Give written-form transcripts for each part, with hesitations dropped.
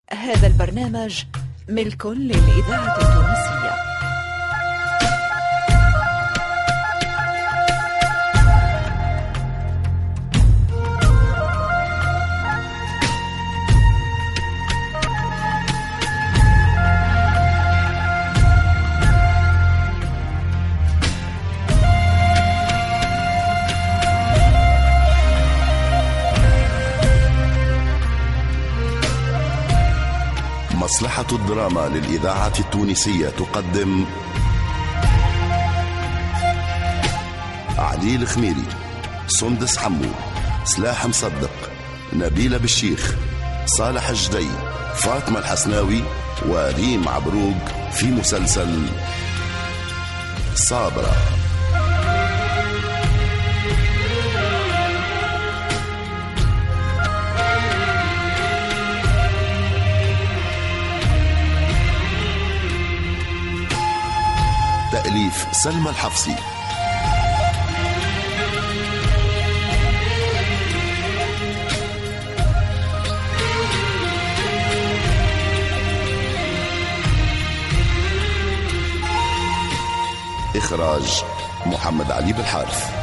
هذا البرنامج ملك للإذاعة التونسية. مصلحة الدراما للإذاعة التونسية تقدم علي الخميري، سندس حمو، سلاح مصدق، نبيلة بالشيخ، صالح الجدي، فاطمة الحسناوي وريم عبروق في مسلسل صابرة. تأليف سلمى الحفصي، إخراج محمد علي بالحارث.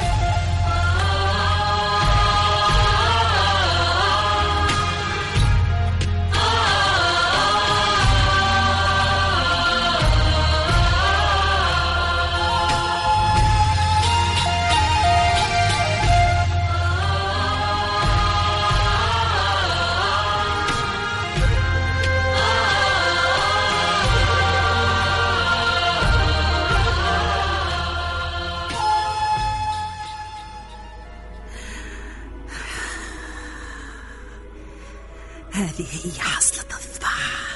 هذه هي حصلة الضباع.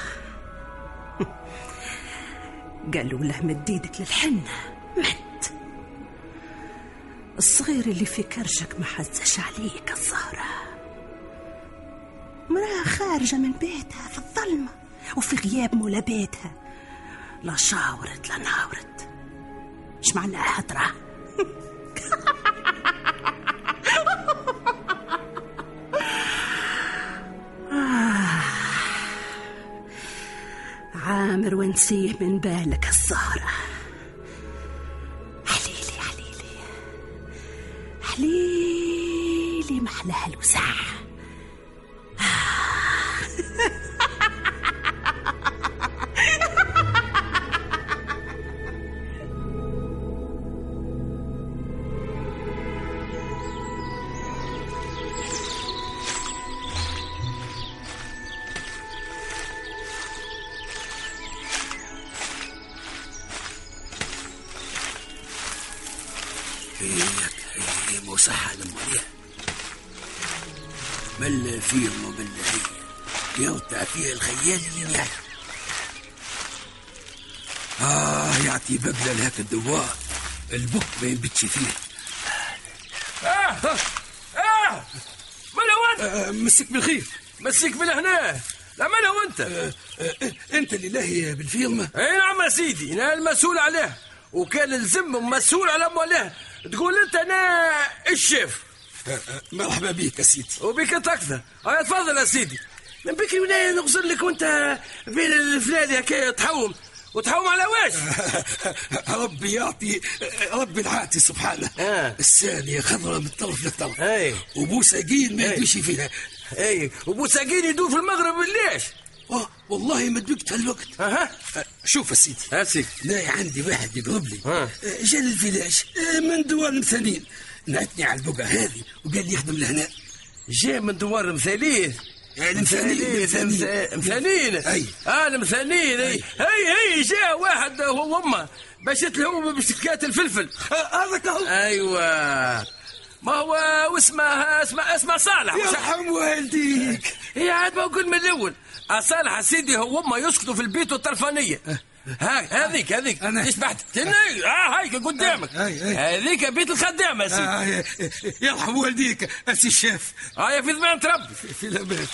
قالوا له مد ايدك للحنة، مد. الصغير اللي في كرشك ما حزش عليك الزهرة. مرأة خارجة من بيتها في الظلمة وفي غياب مولا بيتها، لا شاورت لا ناورت. ايش معناها هدرة؟ عامر ونسيه من بالك الزهرة. حليلي حليلي حليلي محلاها الوسع. هي مصحة لموليها مل فيهم ومل هي يوتع فيها الخيال اللي يعرف. يعطي بقلة لهاك الدواء البق ما ينبتش فيه. ماله وانت؟ مسك بالخير. مسيك بالهنا. لا ماله وانت؟ انت لله بالفيلم. اي نعم يا سيدي، انا المسؤول عليه، وكان الزم مسؤول على مولاه. تقول انت انا الشيف. مرحبا بك يا سيدي. وبك انت اكثر. هيا تفضل يا سيدي. من بكري ولا نغزر لك وانت بين الفلادي هكا تحوم وتحوم على واش؟ ربي يعطي، ربي العاطي سبحانه. الثانية خضرة من طرف للطرف. وبوساقين ما يدوش فيها. وبوساقين يدور في المغرب ليش؟ والله ما دوقت هالوقت. شوف يا سيدي، لا عندي واحد يقرب لي جا الفلاش من دوار مثالين، نعتني على البقعة هذه وقال لي يخدم لهنا. جا من دوار مثالين؟ مثالين. المثالين. هي جاء واحد هو امه باش يتلهموا بمسكات الفلفل. هذاك هو. ايوه، ما هو اسمه صالح. يرحم والديك. هي عاد ما اقول من الاول. صالح سيدي هو امه يسكتوا في البيت والطرفانيه. هذيك ايش بحث؟ هايك قدامك. هذيك بيت الخدامه يا سيدي. يرحم والديك اسي الشيف. يا في ضمان تربي في لباس.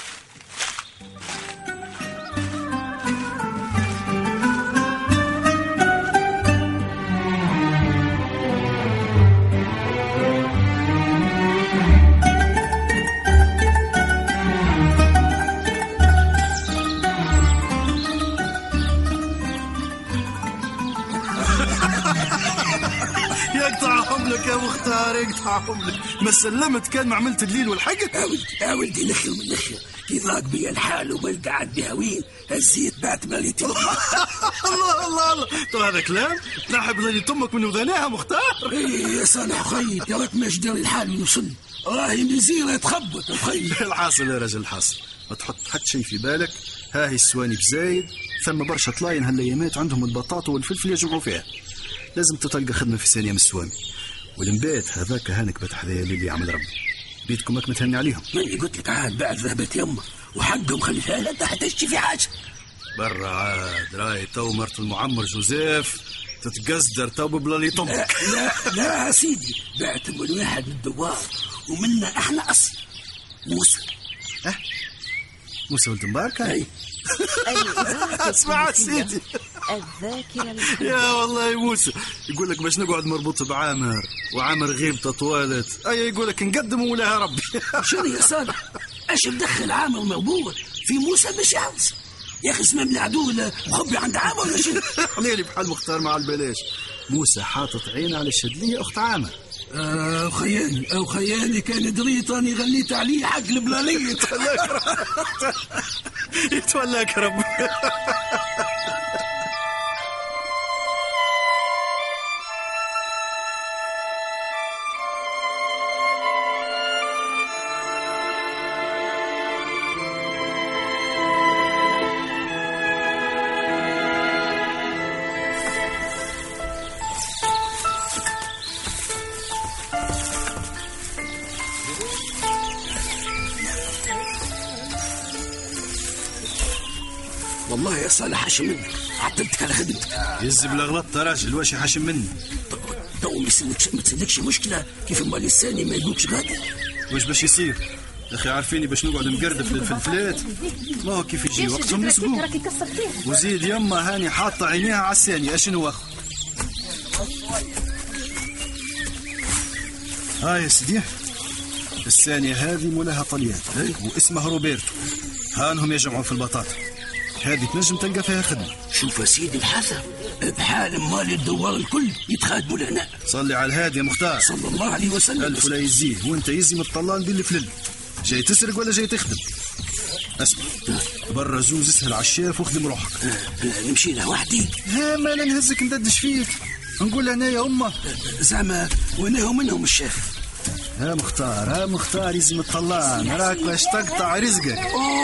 عليك يا مختار يقطع عمرك، ما سلمت كان ما عملت الليل والحقك. يا ولدي نخير من نخير كي ضاق بيا الحال وما قعد بها وين هزيت بعت ماليتي. الله الله الله، تو هذا كلام تنحب ظلي امك من وذناها مختار. يا صالح خي تراك ما جدر الحال يوصل، راهي مزيرة تخبط خي. الحاصل يا رجل الحاصل، ما تحط حتى شيء في بالك، هاهي السواني بزايد، ثم برشا طلاين هالايامات عندهم البطاطا والفلفل يجمعوا فيها، لازم تلقى خدمه في ثانيه من السواني. والمبات هذاك هانك بتح ذي اللي عمل ربي، بيتكم هاك متهني عليهم. ماني قلت لك عاد بعد ذهبت يمه وحقهم خليها لا تحتاج في حاجه. برا عاد راي تو مرت المعمر جوزيف تتقصدر تو ببلالي طمك. لا يا سيدي، بعتم واحد من الدوار ومنا احنا اصل موسى. موسى ولد مباركة. أي اسمع سيدي الذاكرة يا والله يا موسى يقول لك باش نقعد مربوط بعامر وعامر غيبته طوالت، اي يقول لك نقدم ولا ربي. شنو يا صالح ايش مدخل عامر مربوط في موسى باش يعوز يا اخي؟ اسمه من العدو ولا مخبي عند عامر ولا شنو؟ حليلي بحال مختار مع البلاش. موسى حاطط عينه على الشدليه اخت عامر. خياني كان دريت راني غليت عليه حق البلالية. يتولاك ربي. والله يا صالح حاشم منك، عتبتك على خدمتك. يزب لغلطت يا راجل، واش حاشم مني؟ تو ما تسلكش مشكله كيف ما لساني ما يقولكش غادي. واش باش يصير يا اخي؟ عارفيني باش نقعد مقردف للفلفلات، ما هو كيف يجي وقتهم نسقوه. وزيد يما هاني حاطه عينيها على الثاني. اشنو اخو؟ يا سيدي الثانيه هذه مولاها طليان واسمها روبرتو، هانهم يجمعوا في البطاطا، هذه تنجم تلقى فيها خدمة. شوف يا سيدي الحسن بحال مال الدوار الكل يتخادموا لهنا. صلي على الهادي يا مختار صلى الله عليه وسلم. ألف لا يزيه، وانت يزي من الطلال بالفلل، جاي تسرق ولا جاي تخدم؟ اسمع برا زوز اسهل على الشاف واخدم روحك. نمشي له وحدي؟ ما انا نهزك ندردش فيك، نقول هنا يا امه زعما وانا منهم الشاف. مختار يزي من الطلال، راك باش تقطع رزقك.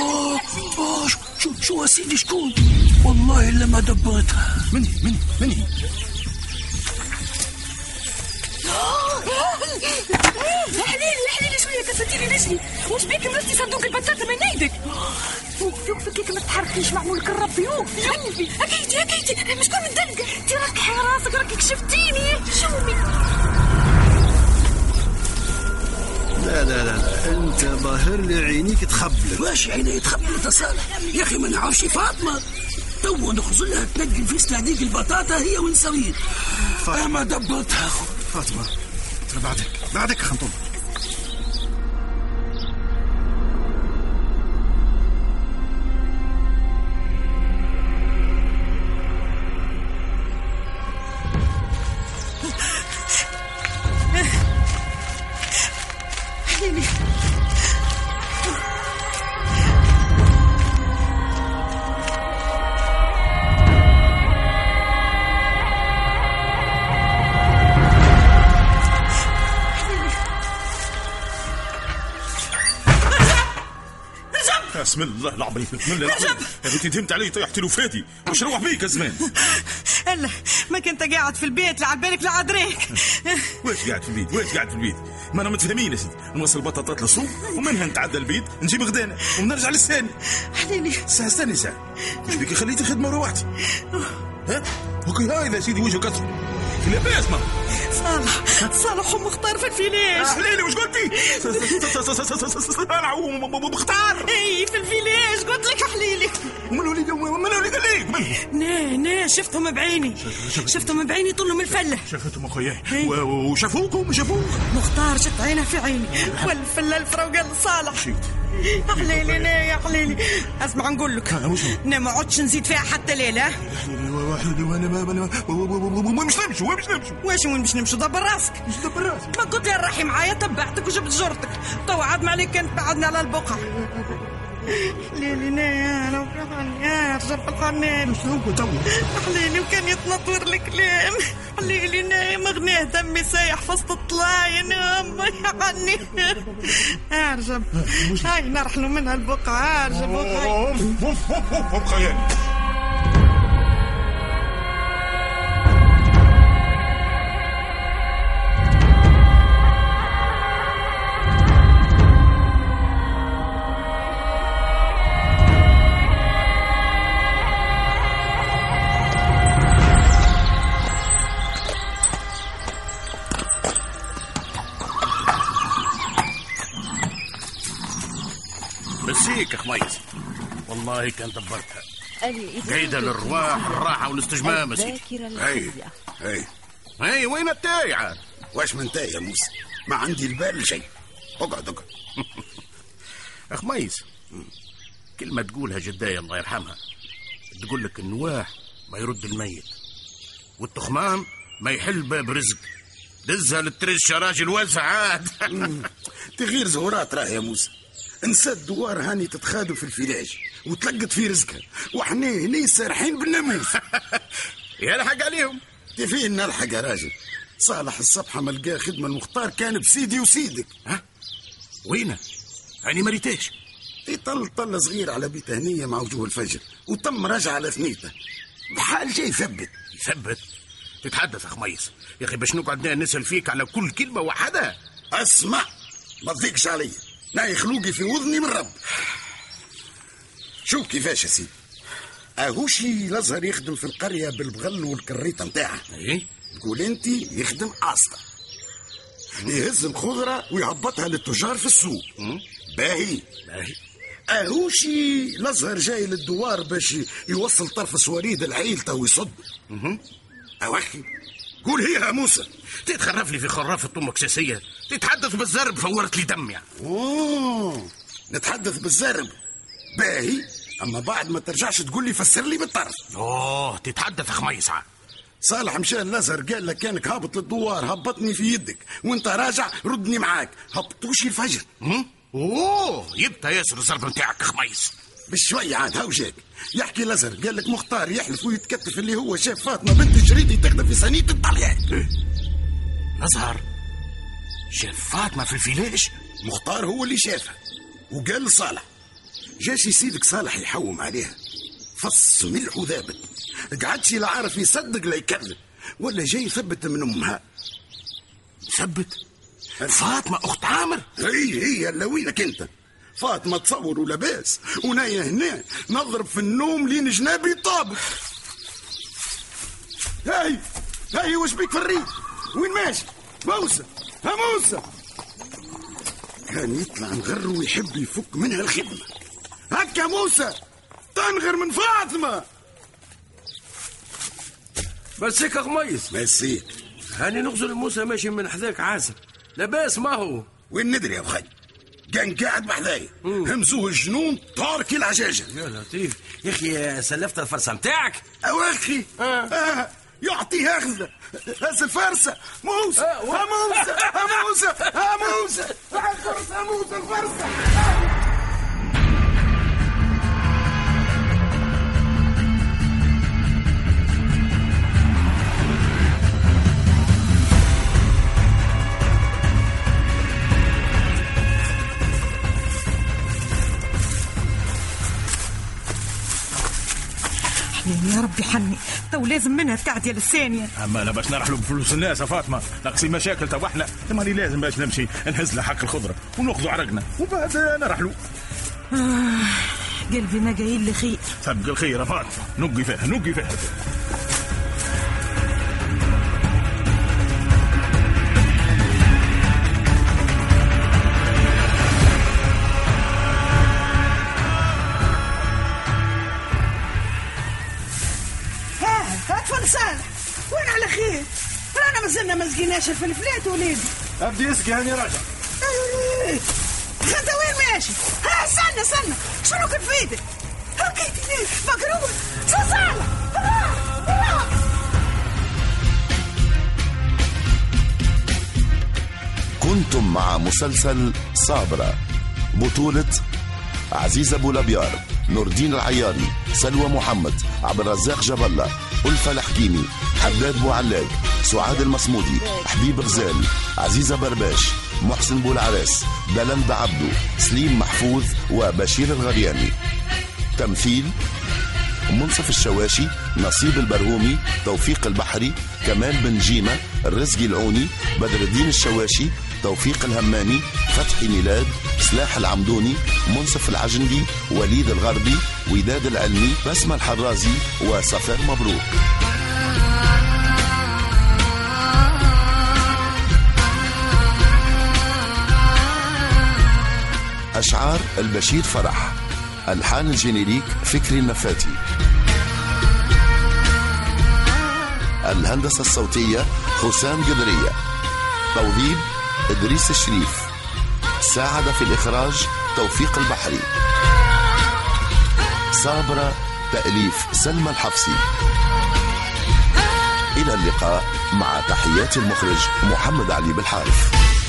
شو سيدي شكون؟ والله إلا ما دبرتها. مني حليلي شوية كسرتيني نجري. وش بيك مرتي صندوق البطاطا من ايدك؟ وقفك ليك ما تحركيش معمولك الربي. قلبي هكيتي مش كون مدلقة انت راك حراسك راك كشفتيني. شومي لا انت ظاهر لي عينيك تخبلت. واش عيني يتخبلت يا صالح؟ يا اخي ما نعرفش فاطمه تو نخرج لها تنقل في صناديق البطاطا هي ونسويت. ما دبرتها فاطمه ترى بعدك خنطوم. بسم الله العظيم انت تهمت علي طيحت له فاتي واش روح بيك زمان. الا ما كنت قاعد في البيت لا على بالك لا عدريك. واش قاعد في البيت ما انا متفاهمين يا سيدي، نوصل بطاطات للسوق ومنها نتعدى البيت نجيب غدانا ونرجع للثاني. حليلي استني ساعه واش بيك خليتي خدمه روحتي؟ اوكي هاي سيدي وجهك اصفر لاباس ما صالح ومختار في الفيلاج. حليلي واش قلتي؟ صالح ومختار اي في الفيلاج قلت لك حليلي. ومن وليد ليك شفتهم بعيني طلهم الفله. شفتهم اخويا وشافوكم مختار شت عينه في عيني والفله الفرا وقال صالح حليلي يا حليلي. اسمع نقول لك انا ما عدتش نزيد فيها حتى ليله. وحدي وانا ما مش نمشوا واش وين باش نمشوا؟ دبر راسك. ما قلت لي راحي معايا تبعتك وجبت جرتك تو عاد ما عليك كانت بعدنا على البقعه. حليلي انا وكان رجب القنان شنو تو حليلي وكان يتنطور الكلام. حليلي نايم مغنيه دمي سايح فسط الطلاين يعني ارجب هاي نرحلوا منها البقعه. ارجب خيال مسيك يا خميس، والله كان دبرتها قايدة للرواح الراحة والاستجمام. هي وين التاي عاد؟ واش من تاي يا موسى؟ ما عندي البال شيء. اقعد يا خميس، كلمة تقولها جداية الله يرحمها، تقول لك النواح ما يرد الميت والتخمام ما يحل باب رزق. دزها للترش يا راجل واسع عاد. تغيير زهورات راه يا موسى. انسى الدوار هاني تتخادم في الفلاج وتلقت في رزقها، وحنا هني سارحين بالناموس. يا لحق عليهم. فين نلحق يا راجل؟ صالح الصبحة ما لقى خدمة المختار كان بسيدي وسيدك. ها وينه؟ يعني ما ريتاش. في طل صغير على بيت هنية مع وجوه الفجر، وتم رجع على ثنيته بحال جاي يثبت. تتحدث يا خميس يا اخي باش نقعد نسأل فيك على كل كلمة وحدها. اسمع ما تضيقش علي، ناي خلوقي في وذني من رب. شوف كيفاش يا سيدي، اهوشي الازهر يخدم في القرية بالبغل والكريطة متاعها. تقول انت يخدم قاسطة، يهز الخضرة ويهبطها للتجار في السوق. باهي اهوشي الازهر جاي للدوار باش يوصل طرف سواريد العيلة ويصد. اوخي قول هي يا موسى. تتخرف لي في خرافة امك ساسية، تتحدث بالزرب فورت لي دم يعني. نتحدث بالزرب باهي، اما بعد ما ترجعش تقول لي فسر لي بالطرف. تتحدث خميس عاد. صالح مشى الازهر قال لك كانك هابط للدوار هبطني في يدك، وانت راجع ردني معاك هبطوش الفجر. يبتا ياسر الزرب نتاعك خميس. بالشوية عاد هاو جاك يحكي الازهر قال لك مختار يحلف ويتكتف اللي هو شاف فاطمة بنت شريدي تخدم في صينية الطليان. الازهر شاف فاطمة في الفلاش؟ مختار هو اللي شافها وقال لصالح جاش يسيدك صالح يحوم عليها، فص ملح وذابت، قعدش لا عارف يصدق لا يكذب، ولا جاي يثبت من امها. ثبت فاطمة اخت عامر؟ هي اللي وينك انت؟ فاطمة تصور ولباس ونايا هنا نضرب في النوم لين جنابي طابق. هاي وش بيك في الريف؟ وين ماشي؟ موسى موسى كان يطلع نغر ويحب يفك منها الخدمة. هكا موسى تنغر من فاطمة. بس هيك خميس مسيك هاني نغزل موسى ماشي من حذاك عازب لاباس ما هو. وين ندري يا بخي، كان قاعد بحذاي همزوه الجنون طار كي العجاجة. يا لطيف يا اخي سلفت الفرصة متاعك. اخي يعطيها اخذه هز الفرصة. موسى موسى موسى موسى موسى الفرصة. يا ربي حني تو لازم منها التعدية للثانية. اما انا باش نرحلوا بفلوس الناس يا فاطمه ناقصين مشاكل تو احنا، ثم لي لازم باش نمشي نهز له حق الخضره وناخذوا عرقنا وبعد نرحلوا. قلبي ما قايل لي خير. تبقى الخير يا فاطمه، نقي فيها وين على خير؟ رانا مازلنا ما سقيناش الفلفلات وليدي. ابدي يسقي هاني راجع. انت وين ماشي؟ استنى شنو كنت في ايدك؟ هكيتي مقروض صالح مع مسلسل صابرة، بطولة عزيز أبو لبيار، نور الدين العياري، سلوى محمد، عبد الرزاق جبلة، ألفة الحكيمي، حداد بوعلاق، سعاد المصمودي، حبيب غزال، عزيزة برباش، محسن بولعراس، دلند عبدو، سليم محفوظ وبشير الغرياني. تمثيل منصف الشواشي، نصيب البرهومي، توفيق البحري، كمال بن جيمة، الرزقي العوني، بدر الدين الشواشي، توفيق الهمامي، فتحي ميلاد، سلاح العمدوني، منصف العجندي، وليد الغربي، وداد العلمي، بسمة الحرازي وصفار مبروك. أشعار البشير فرح، ألحان الجينيريك فكري النفاتي، الهندسة الصوتية حسام قدرية، توظيف إدريس الشريف، ساعد في الإخراج توفيق البحري. صابرة تأليف سلمى الحفصي. إلى اللقاء مع تحيات المخرج محمد علي بالحارث.